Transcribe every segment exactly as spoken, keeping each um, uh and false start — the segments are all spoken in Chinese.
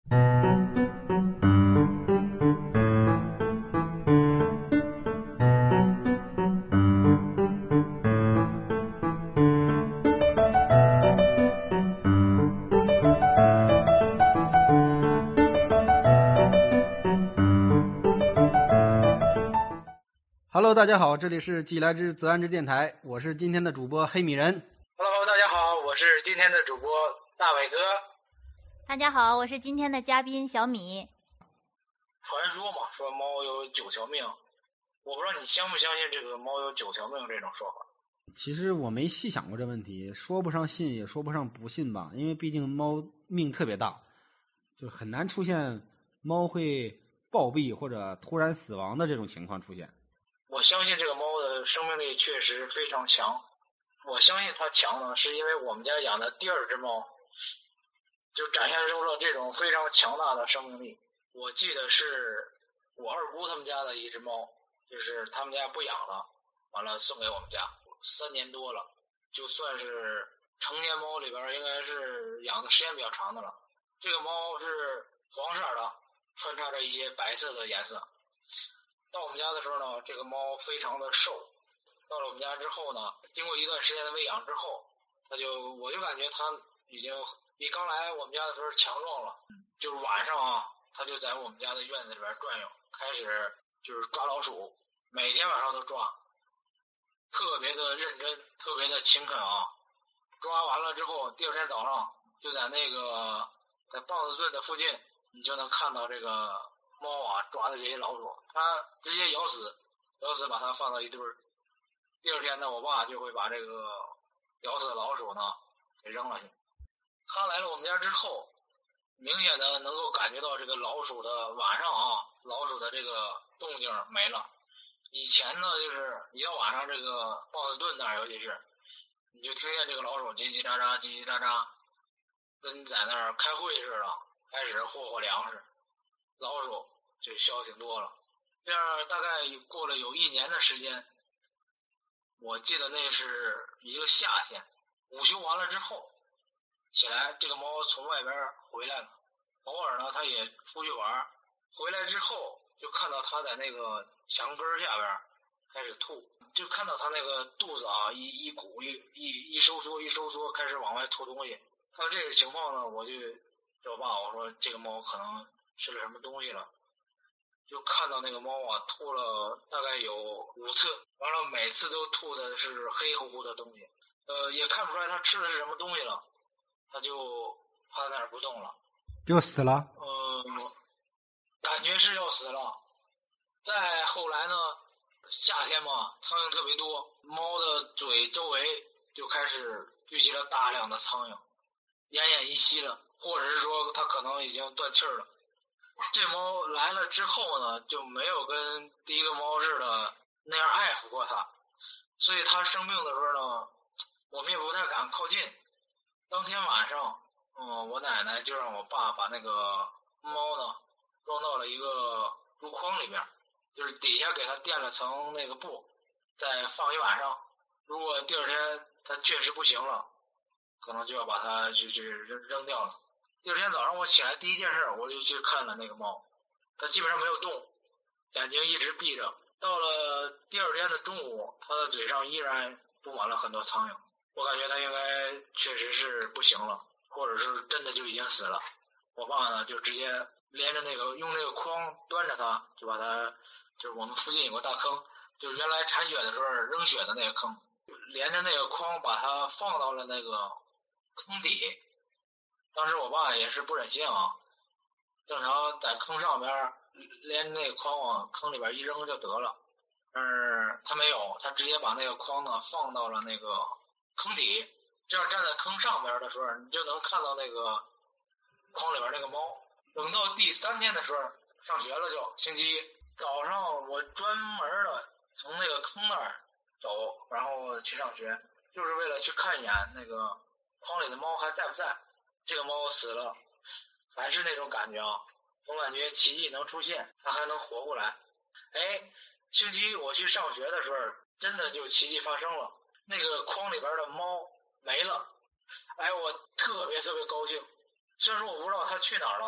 Hello， 大家好，这里是既来之则安之电台，我是今天的主播黑米人。 Hello， 大家好，我是今天的主播大伟哥。 大家好，我是今天的嘉宾小米。 传说嘛，说猫有九条命，我不知道你相不相信这个猫有九条命这种说法。 其实我没细想过这问题，说不上信也说不上不信吧，因为毕竟猫命特别大，就是很难出现猫会暴毙或者突然死亡的这种情况出现。 我相信这个猫的生命力确实非常强。我相信它强呢，是因为我们家养的第二只猫就展现出了这种非常强大的生命力。我记得是我二姑他们家的一只猫，就是他们家不养了，完了送给我们家，三年多了，就算是成年猫里边应该是养的时间比较长的了。这个猫是黄色的，穿插着一些白色的颜色。到我们家的时候呢，这个猫非常的瘦。到了我们家之后呢，经过一段时间的喂养之后，它就我就感觉它已经比刚来我们家的时候强壮了。就是晚上啊，它就在我们家的院子里边转悠，开始就是抓老鼠，每天晚上都抓，特别的认真，特别的勤恳啊。抓完了之后，第二天早上就在那个在棒子墩的附近，你就能看到这个猫啊抓的这些老鼠，它直接咬死，咬死把它放到一堆儿。第二天呢，我爸就会把这个咬死的老鼠呢给扔了去。他来了我们家之后，明显的能够感觉到这个老鼠的晚上啊，老鼠的这个动静没了。以前呢，就是一到晚上这个棒子墩那儿，尤其是你就听见这个老鼠叽叽喳喳叽叽喳喳，跟在那儿开会似的，开始霍霍粮食，老鼠就消停多了。这样大概过了有一年的时间，我记得那是一个夏天，午休完了之后起来，这个猫从外边回来了，偶尔呢它也出去玩，回来之后就看到它在那个墙根下边开始吐，就看到它那个肚子啊一一鼓一一一收缩一收缩，开始往外吐东西。看到这个情况呢，我就叫我爸，我说这个猫可能吃了什么东西了。就看到那个猫啊吐了大概有五次，完了每次都吐的是黑乎乎的东西，呃，也看不出来它吃的是什么东西了，它就趴在那儿不动了， 就死了。 呃，感觉是要死了。再后来呢，夏天嘛，苍蝇特别多，猫的嘴周围就开始聚集了大量的苍蝇，奄奄一息了，或者是说它可能已经断气儿了。这猫来了之后呢，就没有跟第一个猫似的那样爱抚过它，所以它生病的时候呢，我们也不太敢靠近。当天晚上，嗯，我奶奶就让我爸把那个猫呢装到了一个竹筐里边，就是底下给它垫了层那个布，再放一晚上。如果第二天它确实不行了，可能就要把它去去扔扔掉了。第二天早上我起来第一件事，我就去看了那个猫，它基本上没有动，眼睛一直闭着。到了第二天的中午，它的嘴上依然布满了很多苍蝇，我感觉它应该确实是不行了，或者是真的就已经死了。我爸呢就直接连着那个用那个筐端着它，就把它，就是我们附近有个大坑，就是原来铲雪的时候扔雪的那个坑，连着那个筐把它放到了那个坑底。当时我爸也是不忍心啊，正常在坑上边连那个筐往坑里边一扔就得了，但是他没有，他直接把那个筐呢放到了那个坑底，这样站在坑上边的时候，你就能看到那个筐里边那个猫。等到第三天的时候，上学了就星期一早上，我专门的从那个坑那儿走，然后去上学，就是为了去看一眼那个筐里的猫还在不在。这个猫死了，还是那种感觉啊，总感觉奇迹能出现，它还能活过来。哎，星期一我去上学的时候，真的就奇迹发生了，那个筐里边的猫没了。哎，我特别特别高兴。虽然说我不知道它去哪儿了，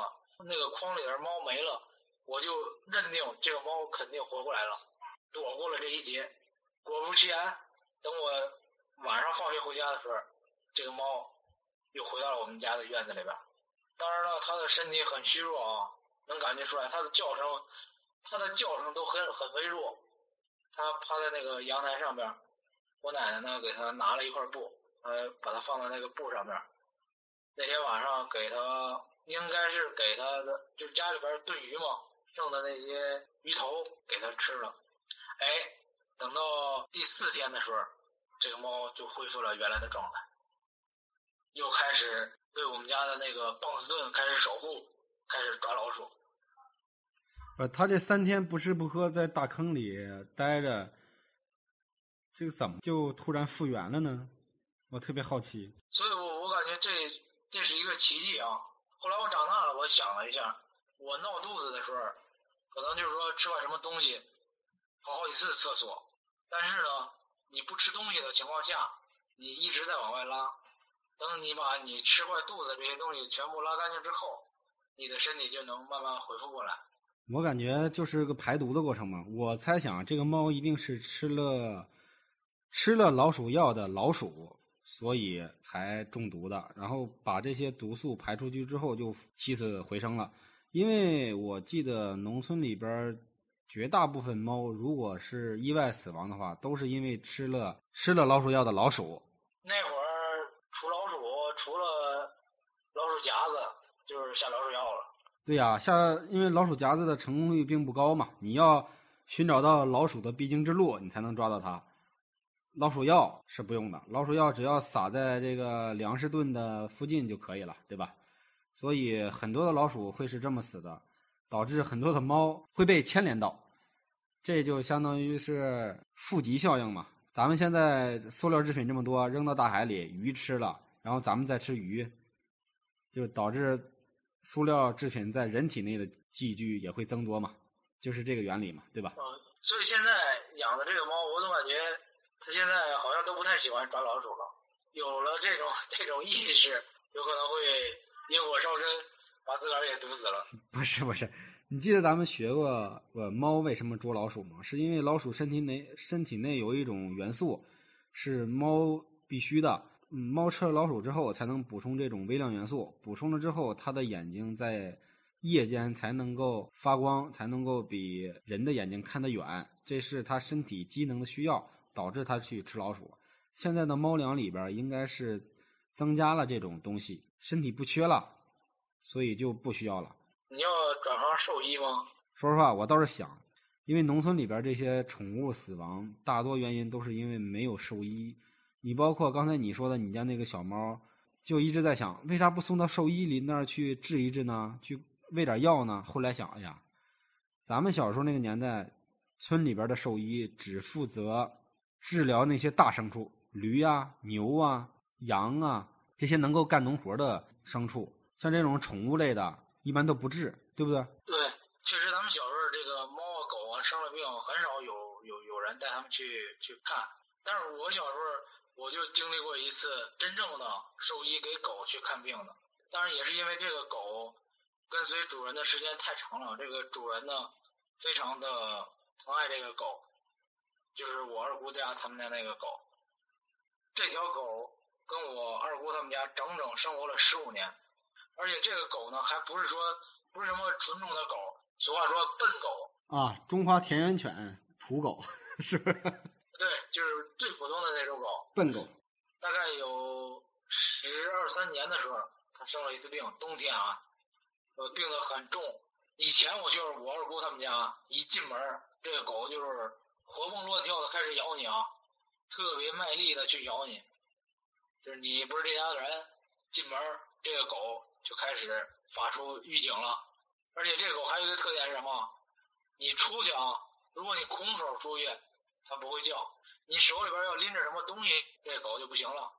那个筐里边猫没了，我就认定这个猫肯定活过来了，躲过了这一劫。果不其然，等我晚上放学回家的时候，这个猫又回到了我们家的院子里边。当然了，它的身体很虚弱啊，能感觉出来，它的叫声，它的叫声都很很微弱。它趴在那个阳台上边，我奶奶呢给它拿了一块布，呃，把它放在那个布上面。那天晚上给它，应该是给它的，就家里边炖鱼嘛，剩的那些鱼头给它吃了。哎，等到第四天的时候，这个猫就恢复了原来的状态，又开始为我们家的那个棒子盾开始守护，开始抓老鼠。 呃，他这三天不吃不喝在大坑里待着，这个怎么就突然复原了呢？我特别好奇。 所以我我感觉这这是一个奇迹啊！后来我长大了，我想了一下，我闹肚子的时候，可能就是说吃完什么东西，跑好几次厕所，但是呢，你不吃东西的情况下，你一直在往外拉。等你把你吃坏肚子这些东西全部拉干净之后，你的身体就能慢慢恢复过来。 我感觉就是个排毒的过程嘛。我猜想这个猫一定是吃了吃了老鼠药的老鼠，所以才中毒的，然后把这些毒素排出去之后就起死回生了。因为我记得农村里边绝大部分猫如果是意外死亡的话，都是因为吃了吃了老鼠药的老鼠。 那会儿除老鼠，除了老鼠夹子，就是下老鼠药了。 对呀、啊，下因为老鼠夹子的成功率并不高嘛，你要寻找到老鼠的必经之路，你才能抓到它。老鼠药是不用的，老鼠药只要撒在这个粮食盾的附近就可以了，对吧？所以很多的老鼠会是这么死的，导致很多的猫会被牵连到，这就相当于是负极效应嘛。咱们现在塑料制品这么多，扔到大海里，鱼吃了，然后咱们再吃鱼，就导致塑料制品在人体内的寄居也会增多嘛，就是这个原理嘛，对吧？ 嗯，所以现在养的这个猫，我总感觉它现在好像都不太喜欢抓老鼠了。有了这种这种意识，有可能会引火烧身，把自个儿给毒死了。 不是不是，你记得咱们学过呃猫为什么捉老鼠吗？是因为老鼠身体内身体内有一种元素是猫必须的。嗯，猫吃了老鼠之后才能补充这种微量元素，补充了之后它的眼睛在夜间才能够发光，才能够比人的眼睛看得远，这是它身体机能的需要，导致它去吃老鼠。现在的猫粮里边应该是增加了这种东西，身体不缺了，所以就不需要了。 你要转行兽医吗？ 说实话我倒是想，因为农村里边这些宠物死亡大多原因都是因为没有兽医。你包括刚才你说的你家那个小猫，就一直在想为啥不送到兽医里那儿去治一治呢，去喂点药呢？后来想，哎呀，咱们小时候那个年代，村里边的兽医只负责治疗那些大牲畜，驴啊、牛啊、羊啊，这些能够干农活的牲畜，像这种宠物类的一般都不治，对不对？ 对，确实咱们小时候这个猫啊狗啊生了病，很少有有有人带他们去去看。但是我小时候我就经历过一次真正的兽医给狗去看病的，当然也是因为这个狗跟随主人的时间太长了，这个主人呢非常的疼爱这个狗，就是我二姑家他们家那个狗。这条狗跟我二姑他们家整整生活了十五年，而且这个狗呢还不是说不是什么纯种的狗，俗话说笨狗啊，中华田园犬土狗是不是？ 对，就是最普通的那种狗， 笨狗。 大概有十二三年的时候，它生了一次病，冬天啊，呃，病得很重。以前我就是我二姑他们家，一进门，这个狗就是活蹦乱跳的开始咬你啊，特别卖力的去咬你，就是你不是这家的人，进门这个狗就开始发出预警了。而且这个狗还有一个特点是什么？你出去啊，如果你空手出去，它不会叫，你手里边要拎着什么东西，这狗就不行了。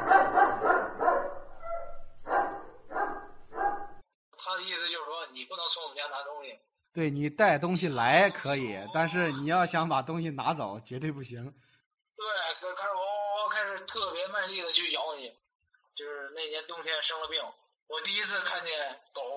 他的意思就是说，你不能从我们家拿东西。 对，你带东西来可以，但是你要想把东西拿走，绝对不行。 对，可开始我我开始特别卖力的去咬你。就是那年冬天生了病，我第一次看见狗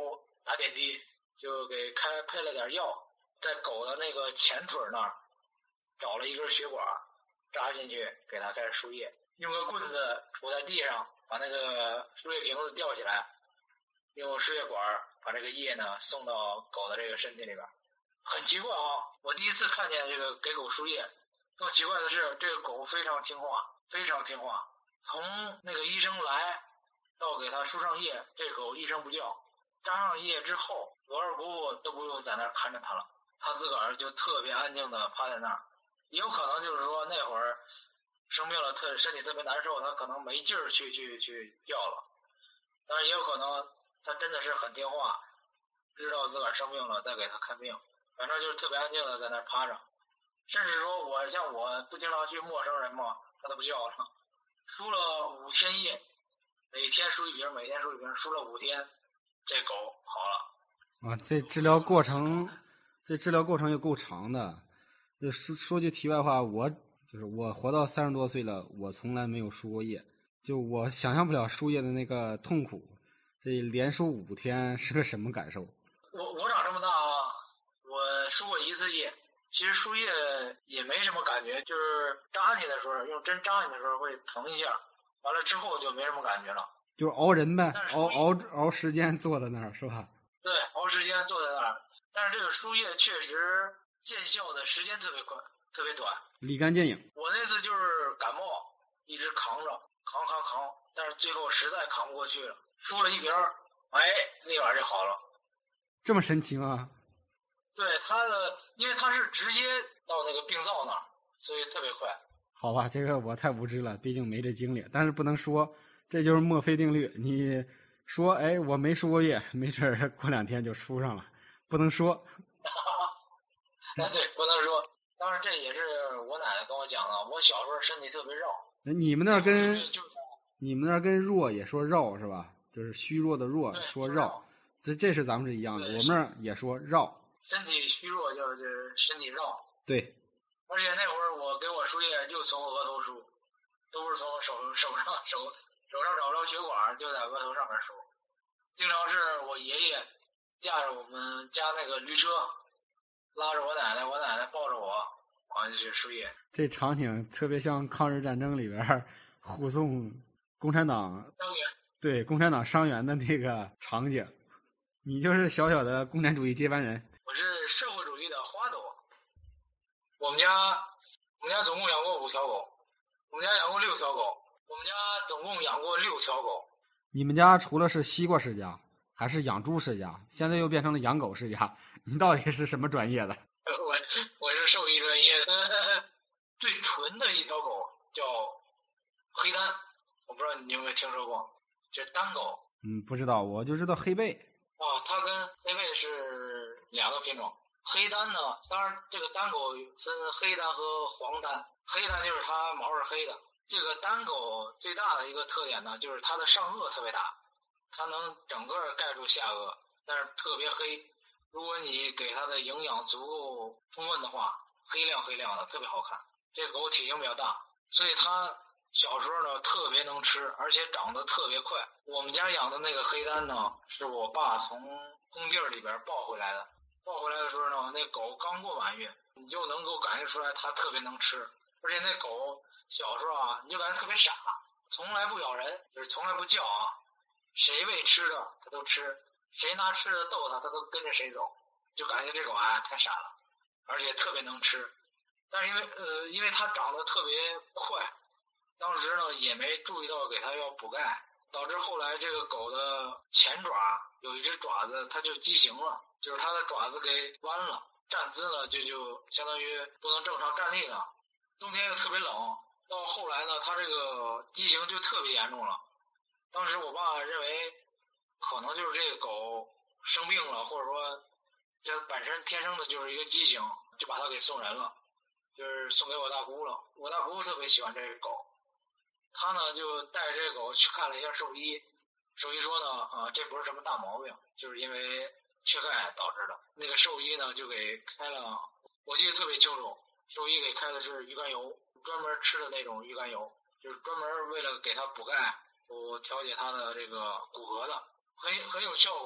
打点滴，就给开配了点药，在狗的那个前腿那儿找了一根血管扎进去，给它开始输液，用个棍子杵在地上，把那个输液瓶子吊起来，用输液管把这个液呢送到狗的这个身体里边。很奇怪啊，我第一次看见这个给狗输液。更奇怪的是，这个狗非常听话，非常听话。从那个医生来到给它输上液，这狗一声不叫。扎上液之后，罗二姑父都不用在那儿看着它了，它自个儿就特别安静的趴在那儿。也有可能就是说那会儿生病了，特身体特别难受，它可能没劲儿去去去叫了。但是也有可能它真的是很听话，知道自个儿生病了再给它看病。反正就是特别安静的在那儿趴着。甚至说我像我不经常去陌生人嘛，它都不叫了。输了五天液，每天输一瓶，每天输一瓶，输了五天，这狗好了。 啊，这治疗过程，这治疗过程也够长的。就说说句题外话，我就是我活到三十多岁了，我从来没有输过液，就我想象不了输液的那个痛苦。这连输五天是个什么感受？ 我我长这么大啊，我输过一次液。其实输液也没什么感觉，就是扎你的时候，用针扎你的时候会疼一下，完了之后就没什么感觉了。 就是熬人呗，熬熬熬时间坐在那儿是吧？ 对，熬时间坐在那儿。但是这个输液确实见效的时间特别快，特别短， 立竿见影。 我那次就是感冒，一直扛着，扛扛扛，但是最后实在扛不过去了，输了一瓶，哎，那晚就好了。 这么神奇吗？ 对，他的，因为他是直接到那个病灶那儿，所以特别快。 好吧，这个我太无知了，毕竟没这经历。但是不能说，这就是墨菲定律。你说，哎，我没输过液，没准儿过两天就输上了，不能说。 啊，对，不能说。当然，这也是我奶奶跟我讲的。我小时候身体特别绕。 你们那跟就你们那跟弱也说绕是吧？就是虚弱的弱说绕，这这是咱们是一样的。我们那儿也说绕。 身体虚弱就是身体绕。 对。 而且那会儿我给我输液就从额头输，都是从手手上手手上找着血管就在额头上面输。经常是我爷爷驾着我们家那个驴车，拉着我奶奶，我奶奶抱着我，完就去输液。 这场景特别像抗日战争里边护送共产党对共产党伤员的那个场景。你就是小小的共产主义接班人。 我是社会主义的花朵。我们家我们家总共养过五条狗，我们家养过六条狗，我们家总共养过六条狗。 你们家除了是西瓜世家，还是养猪世家，现在又变成了养狗世家，你到底是什么专业的？ 我我是兽医专业的。最纯的一条狗叫黑丹，我不知道你有没有听说过，这单狗。 嗯，不知道，我就知道黑背。 啊，它跟黑背是两个品种。黑丹呢，当然这个单狗分黑丹和黄丹。黑丹就是它毛是黑的。这个单狗最大的一个特点呢，就是它的上颚特别大，它能整个盖住下颚，但是特别黑。如果你给它的营养足够充分的话，黑亮黑亮的，特别好看。这狗体型比较大，所以它小时候呢特别能吃，而且长得特别快。我们家养的那个黑丹呢，是我爸从工地里边抱回来的。抱回来的时候呢，那狗刚过满月，你就能够感觉出来它特别能吃。而且那狗小时候啊，你就感觉特别傻，从来不咬人，就是从来不叫啊。谁喂吃的它都吃，谁拿吃的逗它，它都跟着谁走，就感觉这狗啊太傻了，而且特别能吃。但是因为呃，因为它长得特别快，当时呢也没注意到给它要补钙，导致后来这个狗的前爪有一只爪子它就畸形了，就是它的爪子给弯了，站姿呢就就相当于不能正常站立了。冬天又特别冷，到后来呢它这个畸形就特别严重了。当时我爸认为可能就是这个狗生病了，或者说这本身天生的就是一个畸形，就把它给送人了，就是送给我大姑了。我大姑特别喜欢这个狗，他呢就带着这个狗去看了一下兽医，兽医说呢啊这不是什么大毛病，就是因为缺钙导致的。那个兽医呢就给开了，我记得特别清楚，兽医给开的是鱼肝油，专门吃的那种鱼肝油，就是专门为了给它补钙，我调节它的这个骨骼的，很很有效果。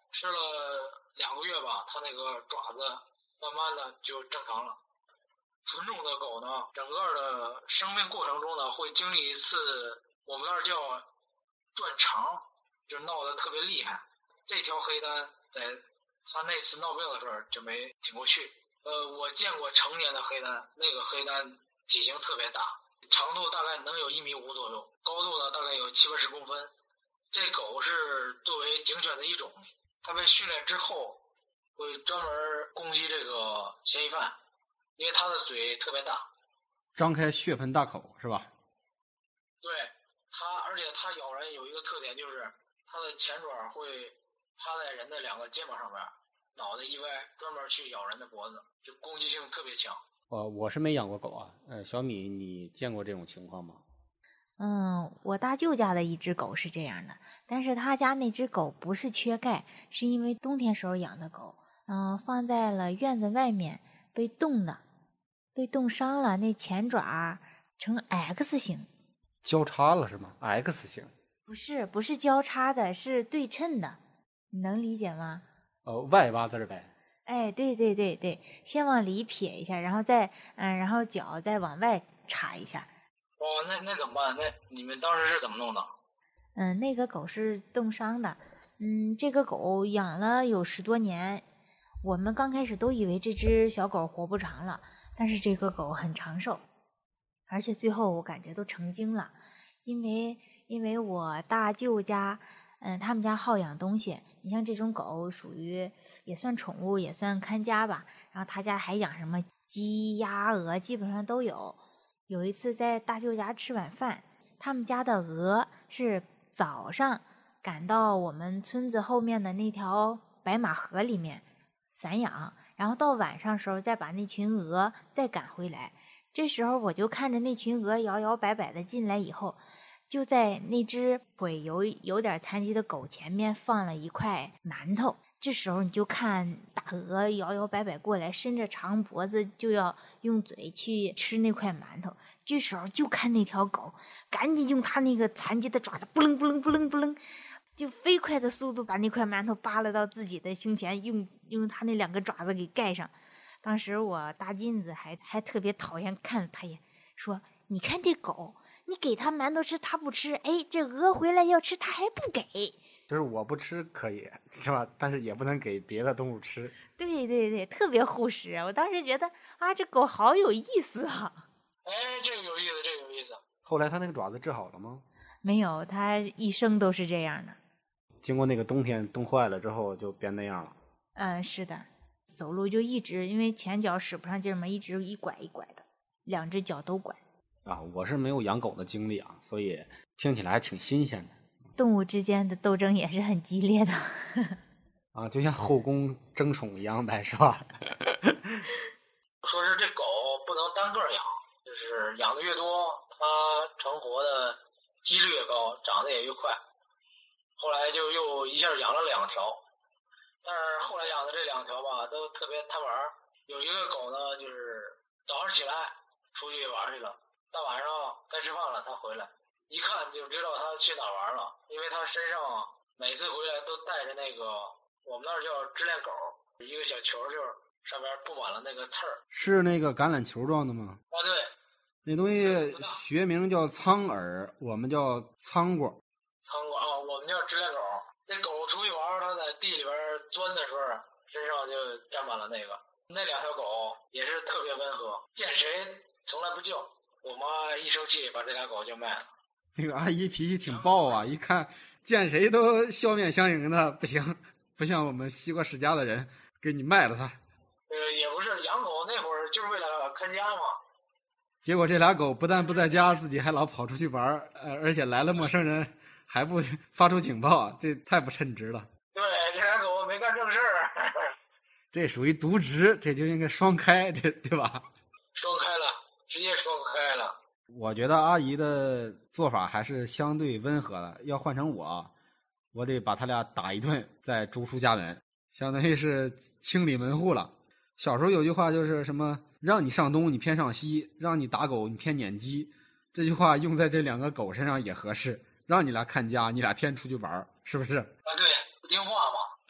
吃了两个月吧，它那个爪子慢慢的就正常了。纯种的狗呢，整个的生命过程中呢，会经历一次我们那儿叫转肠，就闹得特别厉害。这条黑单在它那次闹病的时候就没挺过去。呃，我见过成年的黑单，那个黑单体型特别大，长度大概能有一米五左右，高度呢大概有七八十公分。这狗是作为警犬的一种，它被训练之后会专门攻击这个嫌疑犯，因为它的嘴特别大， 张开血盆大口是吧？ 对它，而且它咬人有一个特点，就是它的前爪会趴在人的两个肩膀上面，脑袋一歪，专门去咬人的脖子，就攻击性特别强。 呃，我是没养过狗啊，呃，小米你见过这种情况吗？ 嗯，我大舅家的一只狗是这样的，但是他家那只狗不是缺钙，是因为冬天时候养的狗，嗯、呃，放在了院子外面被冻的，被冻伤了，那前爪呈 X 型， 交叉了是吗 ？X 型？ 不是，不是交叉的，是对称的，你能理解吗？ 呃，外八字呗。 哎，对对对对，先往里撇一下，然后再嗯，然后脚再往外插一下。 哇，那那怎么办？那你们当时是怎么弄的？ 嗯，那个狗是冻伤的。嗯，这个狗养了有十多年，我们刚开始都以为这只小狗活不长了，但是这个狗很长寿，而且最后我感觉都成精了，因为因为我大舅家，嗯，他们家好养东西，你像这种狗属于也算宠物，也算看家吧。然后他家还养什么鸡、鸭、鹅，基本上都有。有一次在大舅家吃晚饭，他们家的鹅是早上赶到我们村子后面的那条白马河里面散养，然后到晚上的时候再把那群鹅再赶回来。这时候我就看着那群鹅摇摇摆摆的进来以后，就在那只腿有有点残疾的狗前面放了一块馒头。这时候你就看大鹅摇摇摆摆过来，伸着长脖子就要用嘴去吃那块馒头。这时候就看那条狗赶紧用它那个残疾的爪子不楞不楞不楞不楞，就飞快的速度把那块馒头扒拉到自己的胸前，用用它那两个爪子给盖上。当时我大妗子还还特别讨厌看了他一眼，说你看这狗，你给它馒头吃它不吃，哎，这鹅回来要吃它还不给。 就是我不吃可以是吧？但是也不能给别的动物吃。 对对对，特别护食。我当时觉得啊，这狗好有意思啊。 哎，这个有意思，这个有意思。 后来它那个爪子治好了吗？ 没有，它一生都是这样的。 经过那个冬天冻坏了之后就变那样了。 嗯，是的，走路就一直因为前脚使不上劲嘛，一直一拐一拐的，两只脚都拐。 啊，我是没有养狗的经历啊，所以听起来还挺新鲜的。 动物之间的斗争也是很激烈的啊，就像后宫争宠一样呗，是吧？ 说是这狗不能单个养，就是养的越多，它成活的几率越高，长得也越快。后来就又一下养了两条，但是后来养的这两条吧，都特别贪玩。有一个狗呢，就是早上起来出去玩去了，大晚上该吃饭了，它回来。一看就知道他去哪玩了，因为他身上每次回来都带着那个我们那儿叫支链狗，一个小球球，上面布满了那个刺儿。 是那个橄榄球状的吗？ 啊，对， 那东西学名叫苍耳，我们叫苍果。 苍果啊，我们叫支链狗。这狗出去玩，它在地里边钻的时候，身上就沾满了那个。那两条狗也是特别温和，见谁从来不叫。我妈一生气把这俩狗就卖了。 那个阿姨脾气挺暴啊，一看见谁都笑面相迎的，不行，不像我们西瓜世家的人，给你卖了它。 呃，也不是，养狗那会儿就是为了看家嘛。 结果这俩狗不但不在家，自己还老跑出去玩，呃，而且来了陌生人还不发出警报，这太不称职了。 对，这俩狗没干正事儿。 这属于渎职，这就应该双开，这对吧？ 双开了，直接双开了。 我觉得阿姨的做法还是相对温和的，要换成我，我得把他俩打一顿，再逐出家门，相当于是清理门户了。小时候有句话就是什么，让你上东你偏上西，让你打狗你偏撵鸡，这句话用在这两个狗身上也合适，让你俩看家，你俩偏出去玩，是不是？ 啊，对，不听话嘛。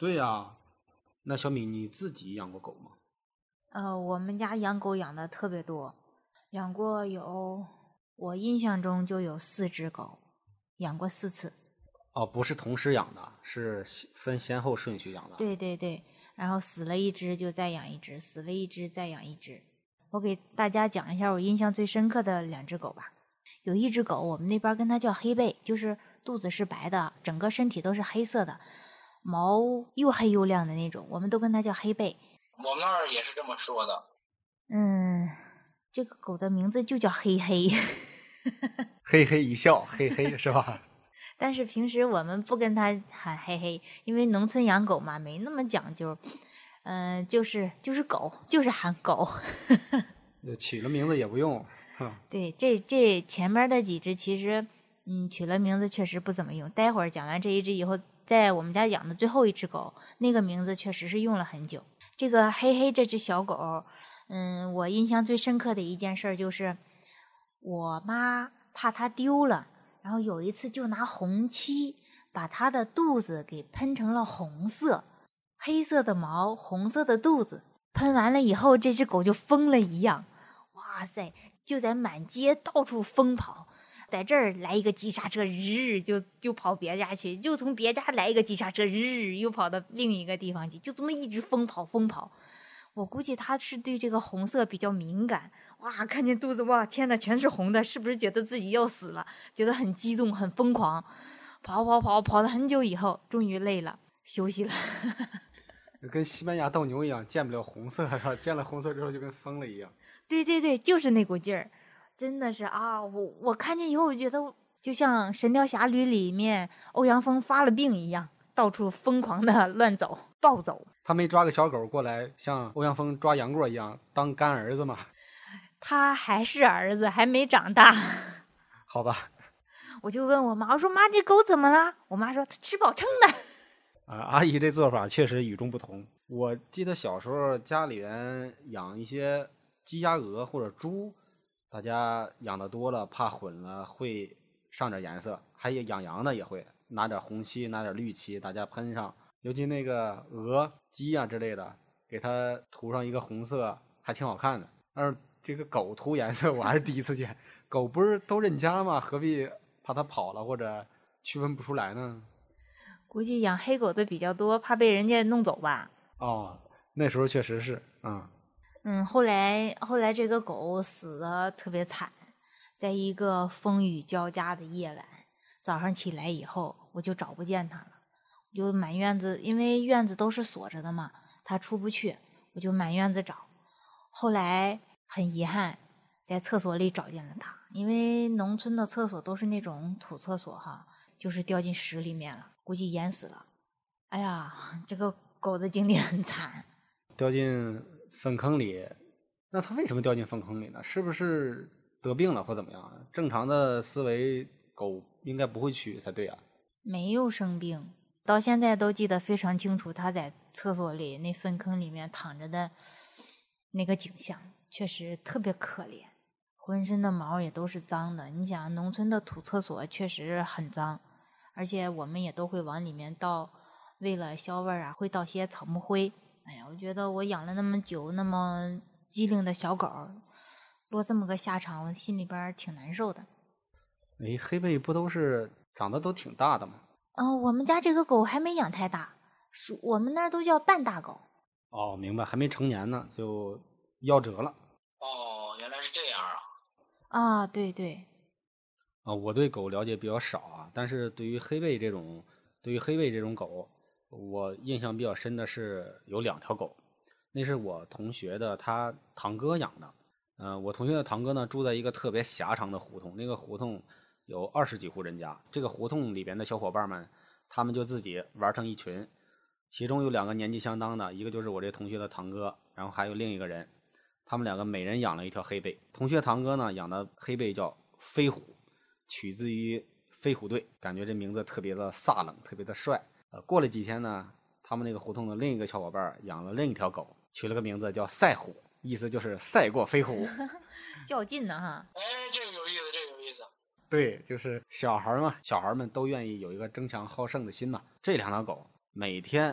对呀、啊，那小米你自己养过狗吗？ 呃，我们家养狗养的特别多，养过有，我印象中就有四只狗，养过四次。 哦，不是同时养的，是分先后顺序养的。 对对对，然后死了一只就再养一只，死了一只再养一只。我给大家讲一下我印象最深刻的两只狗吧。有一只狗，我们那边跟它叫黑背，就是肚子是白的，整个身体都是黑色的，毛又黑又亮的那种，我们都跟它叫黑背。 我们那儿也是这么说的。 嗯，这个狗的名字就叫黑黑。 嘿嘿一笑，嘿嘿是吧？ 但是平时我们不跟它喊黑黑，因为农村养狗嘛，没那么讲究。嗯、呃，就是就是狗，就是喊狗。 取了名字也不用。 对，这这前面的几只其实，嗯，取了名字确实不怎么用。待会儿讲完这一只以后，在我们家养的最后一只狗，那个名字确实是用了很久。这个黑黑这只小狗，嗯，我印象最深刻的一件事就是，我妈怕它丢了。然后有一次就拿红漆把它的肚子给喷成了红色，黑色的毛，红色的肚子，喷完了以后这只狗就疯了一样，哇塞，就在满街到处疯跑，在这儿来一个急刹车，日就就跑别家去，就从别家来一个急刹车，日又跑到另一个地方去，就这么一直疯跑疯跑。我估计它是对这个红色比较敏感，哇，看见肚子，哇，天哪，全是红的，是不是觉得自己要死了，觉得很激动很疯狂，跑跑跑跑了很久以后终于累了休息了。 跟西班牙斗牛一样，见不了红色是吧？见了红色之后就跟疯了一样。 对对对，就是那股劲儿，真的是啊，我我看见以后我觉得就像《神雕侠侣》里面欧阳锋发了病一样，到处疯狂的乱走暴走。 他没抓个小狗过来像欧阳锋抓杨过一样当干儿子吗？ 他还是儿子，还没长大。 好吧， 我就问我妈，我说妈，这狗怎么了？我妈说它吃饱撑的。 啊，阿姨这做法确实与众不同。我记得小时候家里人养一些鸡鸭鹅或者猪，大家养的多了怕混了会上点颜色，还有养羊的也会拿点红漆拿点绿漆大家喷上，尤其那个鹅鸡啊之类的给它涂上一个红色还挺好看的。但是这个狗涂颜色我还是第一次见。狗不是都认家吗？何必怕它跑了或者区分不出来呢？ 估计养黑狗的比较多，怕被人家弄走吧。 哦，那时候确实是嗯嗯，后来后来这个狗死的特别惨，在一个风雨交加的夜晚，早上起来以后我就找不见它了，我就满院子，因为院子都是锁着的嘛，它出不去，我就满院子找。后来很遗憾在厕所里找见了它，因为农村的厕所都是那种土厕所哈，就是掉进屎里面了，估计淹死了。哎呀，这个狗的经历很惨， 掉进粪坑里。那它为什么掉进粪坑里呢？是不是得病了或怎么样？正常的思维狗应该不会去才对啊。 没有生病，到现在都记得非常清楚，它在厕所里那粪坑里面躺着的那个景象，确实特别可怜，浑身的毛也都是脏的。你想农村的土厕所确实很脏，而且我们也都会往里面倒，为了消味啊会倒些草木灰。哎呀，我觉得我养了那么久那么机灵的小狗落这么个下场，我心里边挺难受的。 哎，黑背不都是长得都挺大的吗？ 嗯、呃，我们家这个狗还没养太大，是我们那儿都叫半大狗。 哦，明白，还没成年呢就夭折了。 哦，原来是这样啊！ 啊，对对。 啊，我对狗了解比较少啊，但是对于黑背这种，对于黑背这种狗，我印象比较深的是有两条狗，那是我同学的他堂哥养的。嗯、呃，我同学的堂哥呢住在一个特别狭长的胡同，那个胡同有二十几户人家，这个胡同里边的小伙伴们，他们就自己玩成一群。其中有两个年纪相当的，一个就是我这同学的堂哥，然后还有另一个人，他们两个每人养了一条黑背。同学堂哥呢养的黑背叫飞虎，取自于飞虎队，感觉这名字特别的飒冷，特别的帅。呃，过了几天呢，他们那个胡同的另一个小伙伴养了另一条狗，取了个名字叫赛虎，意思就是赛过飞虎。 较劲呢哈。 哎，这个有意思，这个有意思。 对，就是小孩嘛，小孩们都愿意有一个争强好胜的心嘛。这两条狗每天他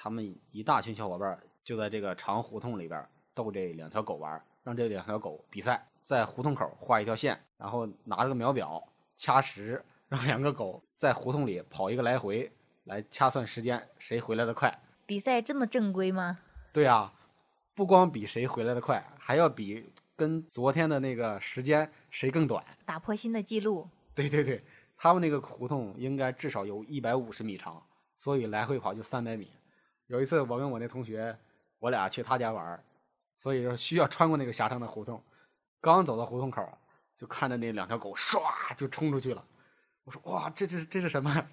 他们一大群小伙伴就在这个长胡同里边逗这两条狗玩，让这两条狗比赛，在胡同口画一条线，然后拿着个秒表掐时，让两个狗在胡同里跑一个来回，来掐算时间，谁回来的快。 比赛这么正规吗？ 对啊，不光比谁回来的快，还要比跟昨天的那个时间谁更短， 打破新的记录。 对对对，他们那个胡同应该至少有一百五十米长，所以来回跑就三百米。有一次我跟我那同学，我俩去他家玩，所以说需要穿过那个狭长的胡同，刚走到胡同口，就看着那两条狗唰就冲出去了。我说哇，这这这是什么？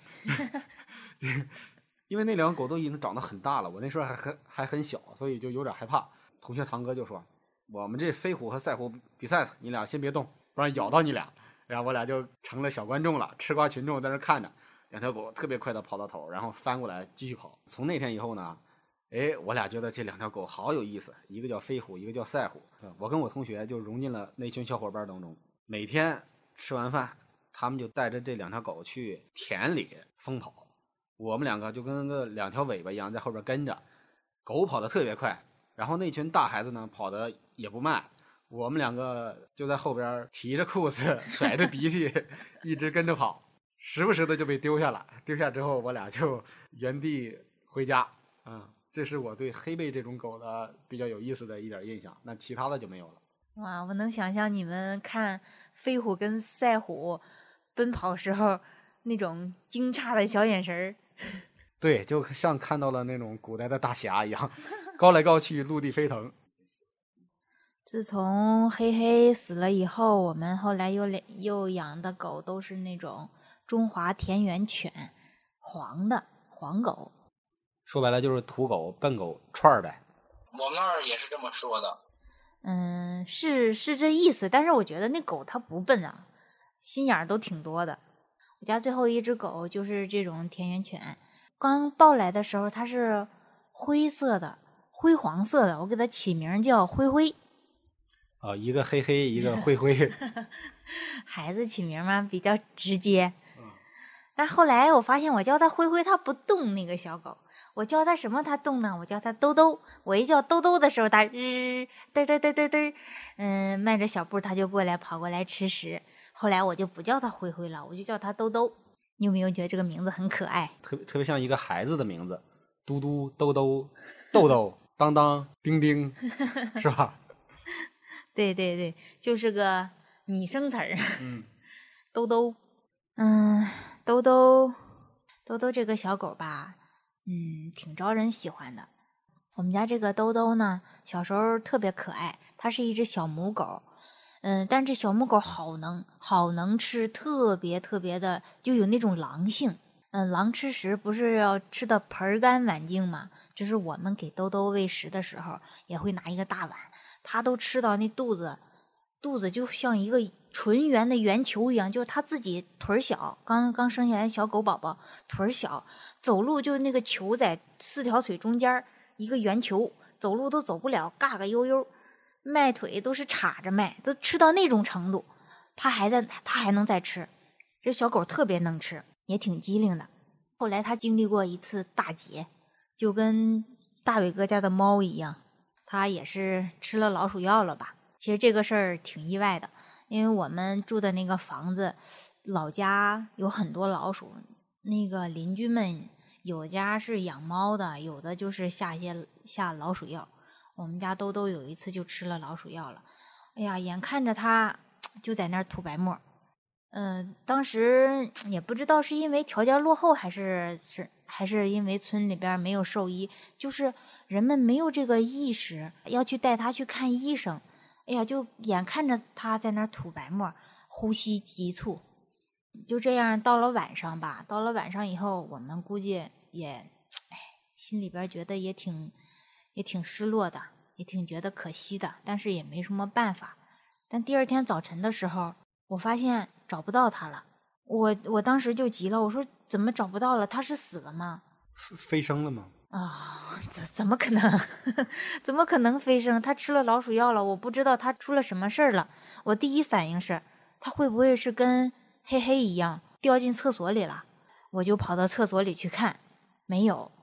因为那两个狗都已经长得很大了，我那时候还很还很小，所以就有点害怕。同学堂哥就说：“我们这飞虎和赛虎比赛了，你俩先别动，不然咬到你俩。”然后我俩就成了小观众了，吃瓜群众在那看着，两条狗特别快的跑到头，然后翻过来继续跑。从那天以后呢，哎，我俩觉得这两条狗好有意思，一个叫飞虎，一个叫赛虎。我跟我同学就融进了那群小伙伴当中，每天吃完饭，他们就带着这两条狗去田里疯跑，我们两个就跟个两条尾巴一样在后边跟着，狗跑得特别快，然后那群大孩子呢跑得也不慢。我们两个就在后边提着裤子甩着鼻涕一直跟着跑，时不时的就被丢下了，丢下之后我俩就原地回家。嗯，这是我对黑背这种狗的比较有意思的一点印象，那其他的就没有了。 哇，我能想象你们看飞虎跟赛虎奔跑时候那种惊诧的小眼神儿。 对，就像看到了那种古代的大侠一样，高来高去，陆地飞腾。 自从黑黑死了以后，我们后来又又养的狗都是那种中华田园犬，黄的黄狗。 说白了就是土狗、笨狗串儿呗。 我们那儿也是这么说的。 嗯，是是这意思，但是我觉得那狗它不笨啊，心眼儿都挺多的。我家最后一只狗就是这种田园犬，刚抱来的时候它是灰色的，灰黄色的，我给它起名叫灰灰。 啊，一个黑黑，一个灰灰。 孩子起名嘛比较直接。嗯。但后来我发现我叫它灰灰，它不动那个小狗。我叫它什么它动呢？我叫它兜兜。我一叫兜兜的时候，它日嘚嘚嘚嘚嘚，嗯，迈着小步它就过来跑过来吃食。后来我就不叫它灰灰了，我就叫它兜兜。你有没有觉得这个名字很可爱？ 特别特别像一个孩子的名字，嘟嘟、兜兜、豆豆、当当、丁丁，是吧？ 对对对，就是个拟声词儿。 嗯， 兜兜，嗯，兜兜，兜兜这个小狗吧，嗯，挺招人喜欢的。我们家这个兜兜呢，小时候特别可爱，它是一只小母狗，嗯，但这小母狗好能，好能吃，特别特别的，就有那种狼性。嗯，狼吃食不是要吃的盆干碗净吗？就是我们给兜兜喂食的时候，也会拿一个大碗。他都吃到那肚子，肚子就像一个纯圆的圆球一样，就是他自己腿小，刚刚生下来小狗宝宝，腿小，走路就那个球在四条腿中间一个圆球，走路都走不了，嘎嘎悠悠，迈腿都是叉着迈，都吃到那种程度，他还在，他还能再吃。这小狗特别能吃，也挺机灵的。后来他经历过一次大劫，就跟大伟哥家的猫一样。他也是吃了老鼠药了吧？其实这个事儿挺意外的，因为我们住的那个房子，老家有很多老鼠。那个邻居们有家是养猫的，有的就是下些下老鼠药。我们家兜兜有一次就吃了老鼠药了。哎呀，眼看着他就在那儿吐白沫。嗯、呃，当时也不知道是因为条件落后，还是是还是因为村里边没有兽医，就是人们没有这个意识要去带他去看医生。哎呀，就眼看着他在那儿吐白沫，呼吸急促，就这样到了晚上吧。到了晚上以后，我们估计也，哎，心里边觉得也挺也挺失落的，也挺觉得可惜的，但是也没什么办法。但第二天早晨的时候，我发现找不到他了。我我当时就急了，我说怎么找不到了？他是死了吗？ 飞升了吗？ 啊、哦，怎怎么可能？怎么可能飞升？他吃了老鼠药了，我不知道他出了什么事儿了。我第一反应是，他会不会是跟黑黑一样掉进厕所里了？我就跑到厕所里去看，没有，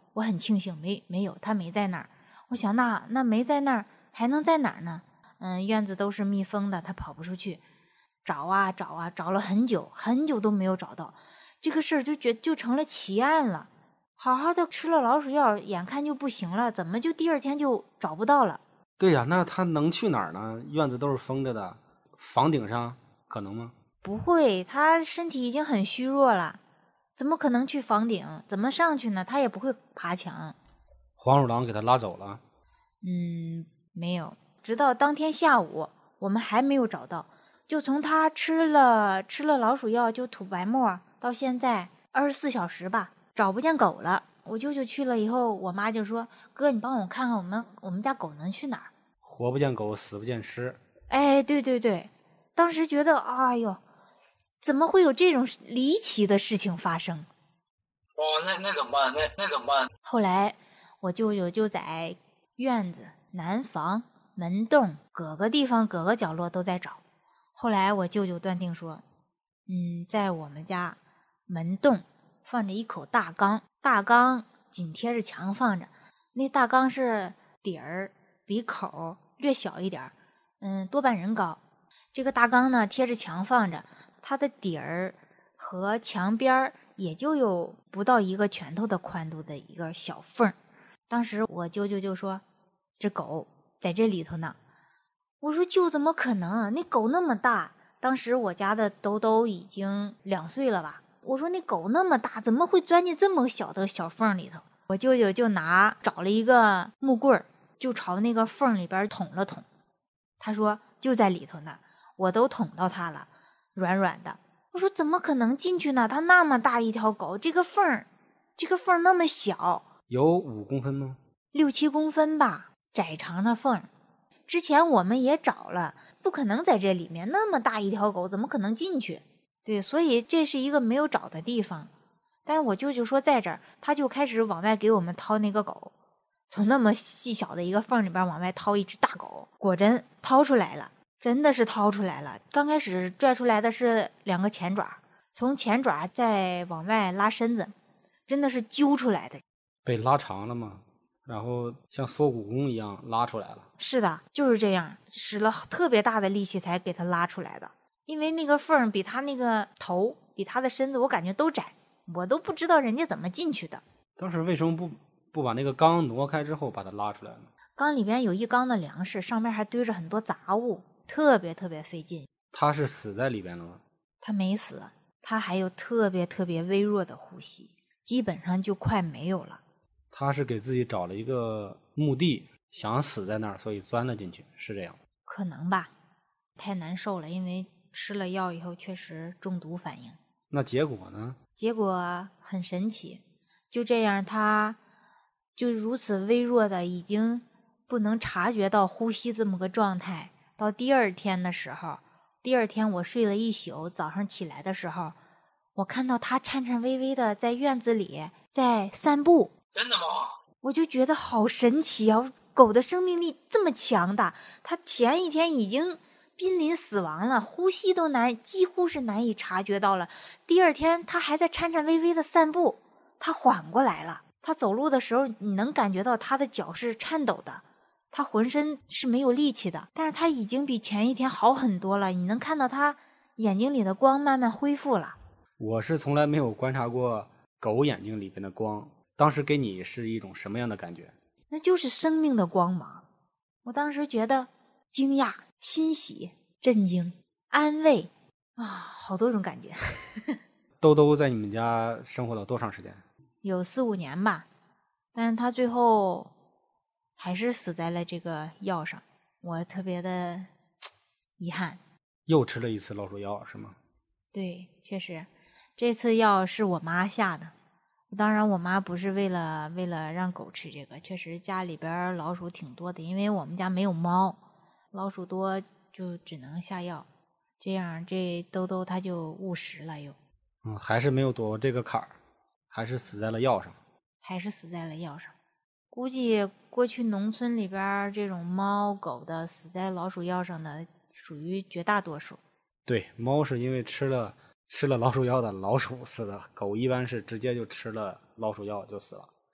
我很庆幸没没有，它没在那儿。我想那那没在那儿还能在哪儿呢？嗯，院子都是密封的，它跑不出去。找啊找啊，找了很久很久都没有找到，这个事儿就觉就成了奇案了。好好的吃了老鼠药，眼看就不行了，怎么就第二天就找不到了？ 对呀、那他能去哪儿呢？院子都是封着的，房顶上可能吗？ 不会，他身体已经很虚弱了，怎么可能去房顶？怎么上去呢？他也不会爬墙。 黄鼠狼给他拉走了。 嗯，没有，直到当天下午，我们还没有找到。就从他吃了吃了老鼠药就吐白沫到现在二十四小时吧，找不见狗了。我舅舅去了以后，我妈就说：“哥，你帮我看看我们我们家狗能去哪儿？” 活不见狗，死不见尸。 哎，对对对，当时觉得，哎呦，怎么会有这种离奇的事情发生？ 哇，那那怎么办？那那怎么办？ 后来我舅舅就在院子、南房、门洞各个地方、各个角落都在找。后来我舅舅断定说，嗯，在我们家门洞放着一口大缸，大缸紧贴着墙放着，那大缸是底儿比口略小一点，嗯，多半人高。这个大缸呢贴着墙放着，它的底儿和墙边儿也就有不到一个拳头的宽度的一个小缝。当时我舅舅就说，这狗在这里头呢。我说舅，怎么可能啊？那狗那么大，当时我家的兜兜已经两岁了吧？我说那狗那么大，怎么会钻进这么小的小缝里头？我舅舅就拿找了一个木棍儿，就朝那个缝里边捅了捅。他说就在里头呢，我都捅到它了，软软的。我说怎么可能进去呢？它那么大一条狗，这个缝儿，这个缝儿那么小， 有五公分吗？ 六七公分吧，窄长的缝儿。之前我们也找了，不可能在这里面，那么大一条狗怎么可能进去？对，所以这是一个没有找的地方。但是我舅舅说在这儿，他就开始往外给我们掏那个狗，从那么细小的一个缝里边往外掏一只大狗，果真掏出来了，真的是掏出来了。刚开始拽出来的是两个前爪，从前爪再往外拉身子，真的是揪出来的。 被拉长了吗？然后像缩骨功一样拉出来了。 是的，就是这样，使了特别大的力气才给它拉出来的。因为那个缝比它那个头，比它的身子，我感觉都窄，我都不知道人家怎么进去的。 当时为什么不不把那个缸挪开之后把它拉出来呢？ 缸里边有一缸的粮食，上面还堆着很多杂物，特别特别费劲。 他是死在里边了吗？ 他没死，他还有特别特别微弱的呼吸，基本上就快没有了。 他是给自己找了一个墓地，想死在那儿，所以钻了进去，是这样。 可能吧，太难受了，因为吃了药以后确实中毒反应。 那结果呢？ 结果很神奇，就这样他就如此微弱的已经不能察觉到呼吸这么个状态。到第二天的时候，第二天我睡了一宿，早上起来的时候，我看到他颤颤巍巍的在院子里在散步。 真的吗？ 我就觉得好神奇啊！狗的生命力这么强大，它前一天已经濒临死亡了，呼吸都难，几乎是难以察觉到了。第二天，它还在颤颤巍巍的散步，它缓过来了。它走路的时候，你能感觉到它的脚是颤抖的，它浑身是没有力气的，但是它已经比前一天好很多了。你能看到它眼睛里的光慢慢恢复了。 我是从来没有观察过狗眼睛里边的光。当时给你是一种什么样的感觉？ 那就是生命的光芒。我当时觉得惊讶、欣喜、震惊、安慰啊，好多种感觉。 兜兜在你们家生活了多长时间？ 有四五年吧，但是他最后还是死在了这个药上，我特别的遗憾。 又吃了一次老鼠药是吗？ 对，确实，这次药是我妈下的。当然我妈不是为了为了让狗吃这个，确实家里边老鼠挺多的，因为我们家没有猫，老鼠多就只能下药，这样这兜兜它就误食了又。 嗯，还是没有躲过这个坎儿，还是死在了药上。 还是死在了药上。估计过去农村里边这种猫狗的死在老鼠药上的属于绝大多数。 对，猫是因为吃了吃了老鼠药的老鼠死的，狗一般是直接就吃了老鼠药就死了。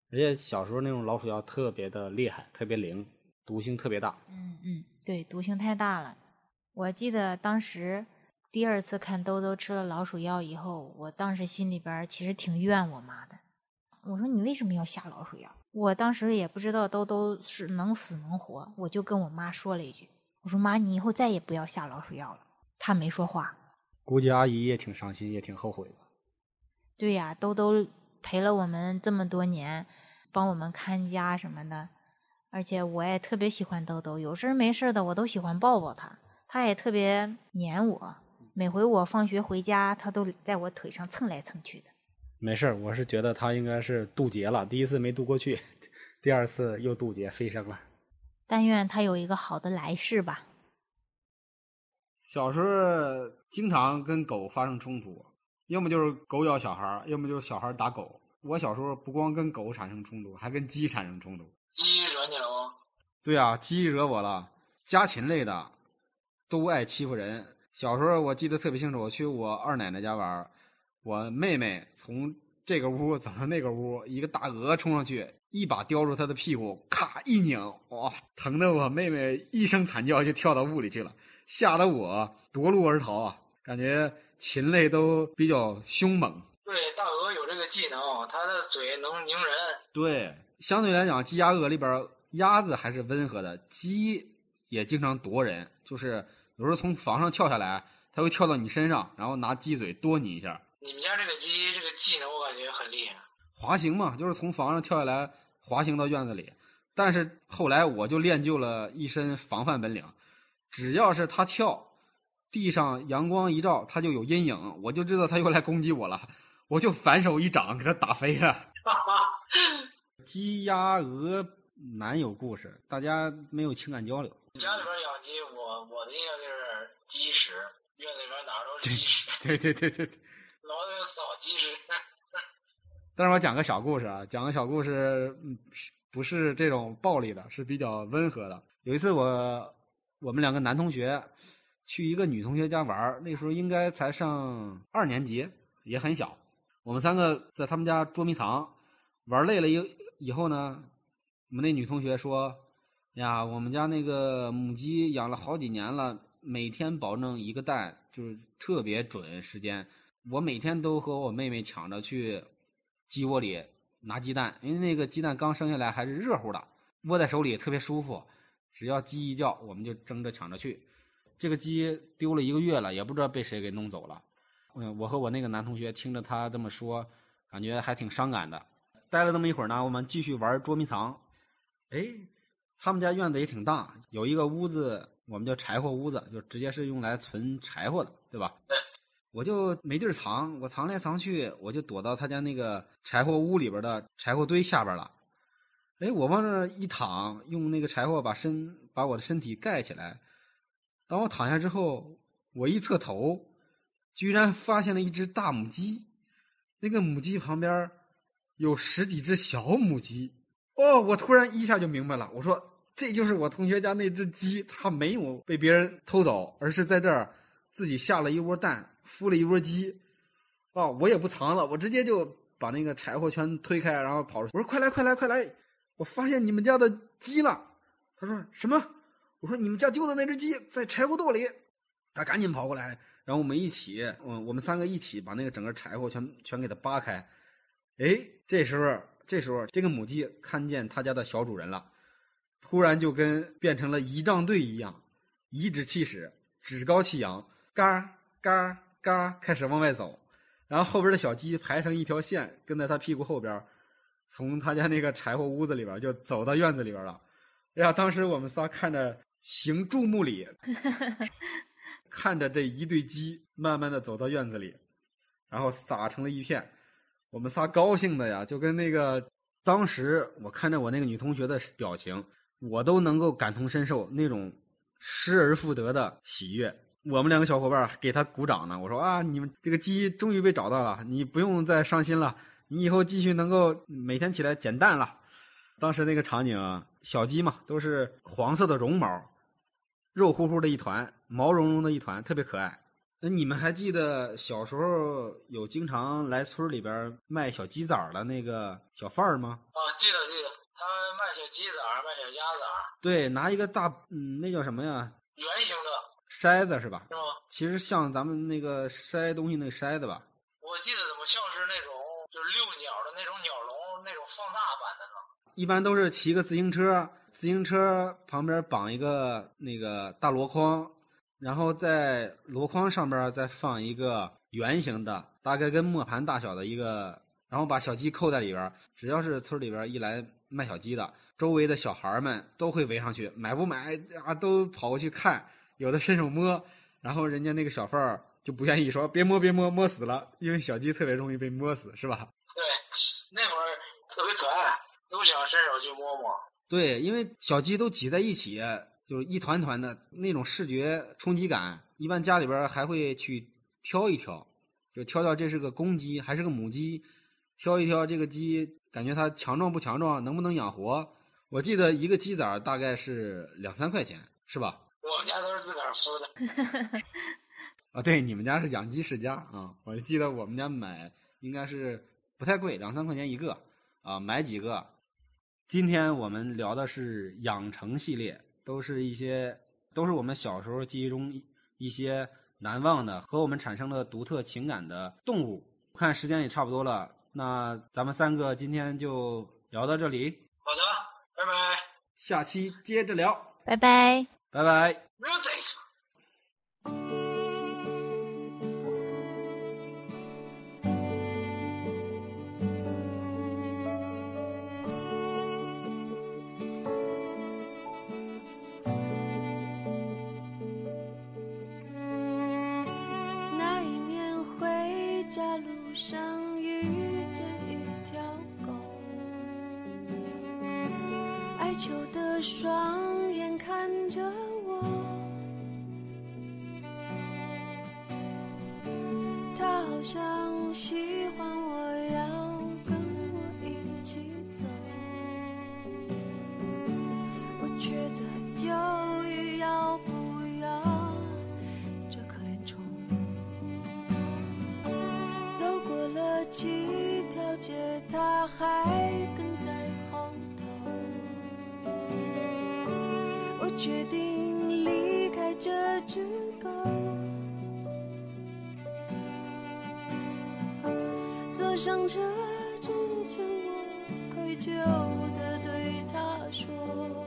而且小时候那种老鼠药特别的厉害，特别灵，毒性特别大。 嗯嗯，对，毒性太大了。我记得当时第二次看兜兜吃了老鼠药以后，我当时心里边其实挺怨我妈的。我说你为什么要下老鼠药？我当时也不知道兜兜是能死能活，我就跟我妈说了一句，我说妈，你以后再也不要下老鼠药了。她没说话。 估计阿姨也挺伤心，也挺后悔的。 对呀，兜兜陪了我们这么多年，帮我们看家什么的，而且我也特别喜欢兜兜，有事没事的我都喜欢抱抱他，他也特别黏我，每回我放学回家，他都在我腿上蹭来蹭去的。 没事，我是觉得他应该是渡劫了，第一次没渡过去，第二次又渡劫飞升了。 但愿他有一个好的来世吧。 小时候经常跟狗发生冲突，要么就是狗咬小孩，要么就是小孩打狗。我小时候不光跟狗产生冲突，还跟鸡产生冲突。 鸡惹你了吗？ 对啊，鸡惹我了。家禽类的都爱欺负人。小时候我记得特别清楚，我去我二奶奶家玩，我妹妹从这个屋走到那个屋，一个大鹅冲上去，一把叼住她的屁股，咔一拧，哇，疼得我妹妹一声惨叫就跳到屋里去了，吓得我夺路而逃啊！感觉禽类都比较凶猛。 对，大鹅有这个技能，它的嘴能拧人。 对，相对来讲，鸡鸭鹅里边，鸭子还是温和的，鸡也经常夺人，就是有时候从房上跳下来，它会跳到你身上，然后拿鸡嘴多你一下。 你们家这个鸡这个技能我感觉很厉害。 滑行嘛，就是从房上跳下来，滑行到院子里。但是后来我就练就了一身防范本领，只要是它跳，地上阳光一照，它就有阴影，我就知道它又来攻击我了，我就反手一掌给它打飞了。鸡鸭鹅难有故事，大家没有情感交流。 家里边养鸡，我我的印象就是鸡屎，院子里边哪都是鸡屎。 对对对对对， 老得扫鸡屎。 但是我讲个小故事啊，讲个小故事，嗯，不是这种暴力的，是比较温和的。有一次我我们两个男同学去一个女同学家玩，那时候应该才上二年级，也很小。我们三个在他们家捉迷藏，玩累了以以后呢，我们那女同学说：“呀，我们家那个母鸡养了好几年了，每天保证一个蛋，就是特别准时间。我每天都和我妹妹抢着去鸡窝里拿鸡蛋，因为那个鸡蛋刚生下来还是热乎的，握在手里特别舒服。只要鸡一叫，我们就争着抢着去。这个鸡丢了一个月了，也不知道被谁给弄走了。嗯，我和我那个男同学听着他这么说，感觉还挺伤感的。待了那么一会儿呢，我们继续玩捉迷藏。哎，他们家院子也挺大，有一个屋子，我们叫柴火屋子，就直接是用来存柴火的，对吧？ 对。 我就没地儿藏，我藏来藏去，我就躲到他家那个柴火屋里边的柴火堆下边了。哎，我往那一躺，用那个柴火把身把我的身体盖起来。当我躺下之后，我一侧头，居然发现了一只大母鸡。那个母鸡旁边有十几只小母鸡。哦，我突然一下就明白了，我说这就是我同学家那只鸡，它没有被别人偷走，而是在这儿自己下了一窝蛋，孵了一窝鸡。哦，我也不藏了，我直接就把那个柴火圈推开，然后跑出去。我说快来快来快来，我发现你们家的鸡了。他说什么？我说你们家丢的那只鸡在柴火垛里。他赶紧跑过来，然后我们一起，嗯，我们三个一起把那个整个柴火全全给它扒开。哎，这时候这时候这个母鸡看见他家的小主人了，突然就跟变成了仪仗队一样，颐指气使，趾高气扬，嘎嘎嘎开始往外走。然后后边的小鸡排成一条线，跟在他屁股后边，从他家那个柴火屋子里边就走到院子里边了。哎呀，当时我们仨看着行注目礼，看着这一对鸡慢慢的走到院子里，然后撒成了一片。我们仨高兴的呀，就跟那个当时我看着我那个女同学的表情，我都能够感同身受那种失而复得的喜悦。我们两个小伙伴给他鼓掌呢，我说啊，你们这个鸡终于被找到了，你不用再伤心了，你以后继续能够每天起来捡蛋了。当时那个场景，小鸡嘛，都是黄色的绒毛，肉乎乎的一团，毛茸茸的一团，特别可爱。 那你们还记得小时候有经常来村里边卖小鸡崽的那个小贩儿吗？ 啊，记得记得，他卖小鸡崽儿，卖小鸭崽儿。 对，拿一个大嗯，那叫什么呀？ 圆形的筛子是吧？ 是吗？ 其实像咱们那个筛东西那个筛子吧。 我记得怎么像是那种就是遛鸟的那种鸟笼那种放大版的呢？ 一般都是骑个自行车，自行车旁边绑一个那个大箩筐，然后在箩筐上边再放一个圆形的，大概跟磨盘大小的一个，然后把小鸡扣在里边。只要是村里边一来卖小鸡的，周围的小孩们都会围上去，买不买啊都跑过去看，有的伸手摸，然后人家那个小贩儿就不愿意说别摸别摸，摸死了，因为小鸡特别容易被摸死，是吧？ 对，那会儿特别可爱，都想伸手去摸摸。 对，因为小鸡都挤在一起，就是一团团的那种视觉冲击感，一般家里边还会去挑一挑，就挑挑这是个公鸡还是个母鸡，挑一挑这个鸡，感觉它强壮不强壮，能不能养活。我记得一个鸡崽大概是两三块钱，是吧？ 我们家都是自个儿孵的。 啊，对，你们家是养鸡世家啊！我记得我们家买应该是不太贵，两三块钱一个啊，买几个。今天我们聊的是养成系列，都是一些都是我们小时候记忆中一些难忘的和我们产生了独特情感的动物。看时间也差不多了，那咱们三个今天就聊到这里。 好的，拜拜。 下期接着聊， 拜拜。 拜拜。 Music。 上遇见一条狗，哀求的双眼看着我，它好像喜欢我，要跟我一起走，我却在犹豫要不要这可怜虫。走过了几条街，它还跟在后头。我决定离开这只狗，坐上车之前，我愧疚地对它说。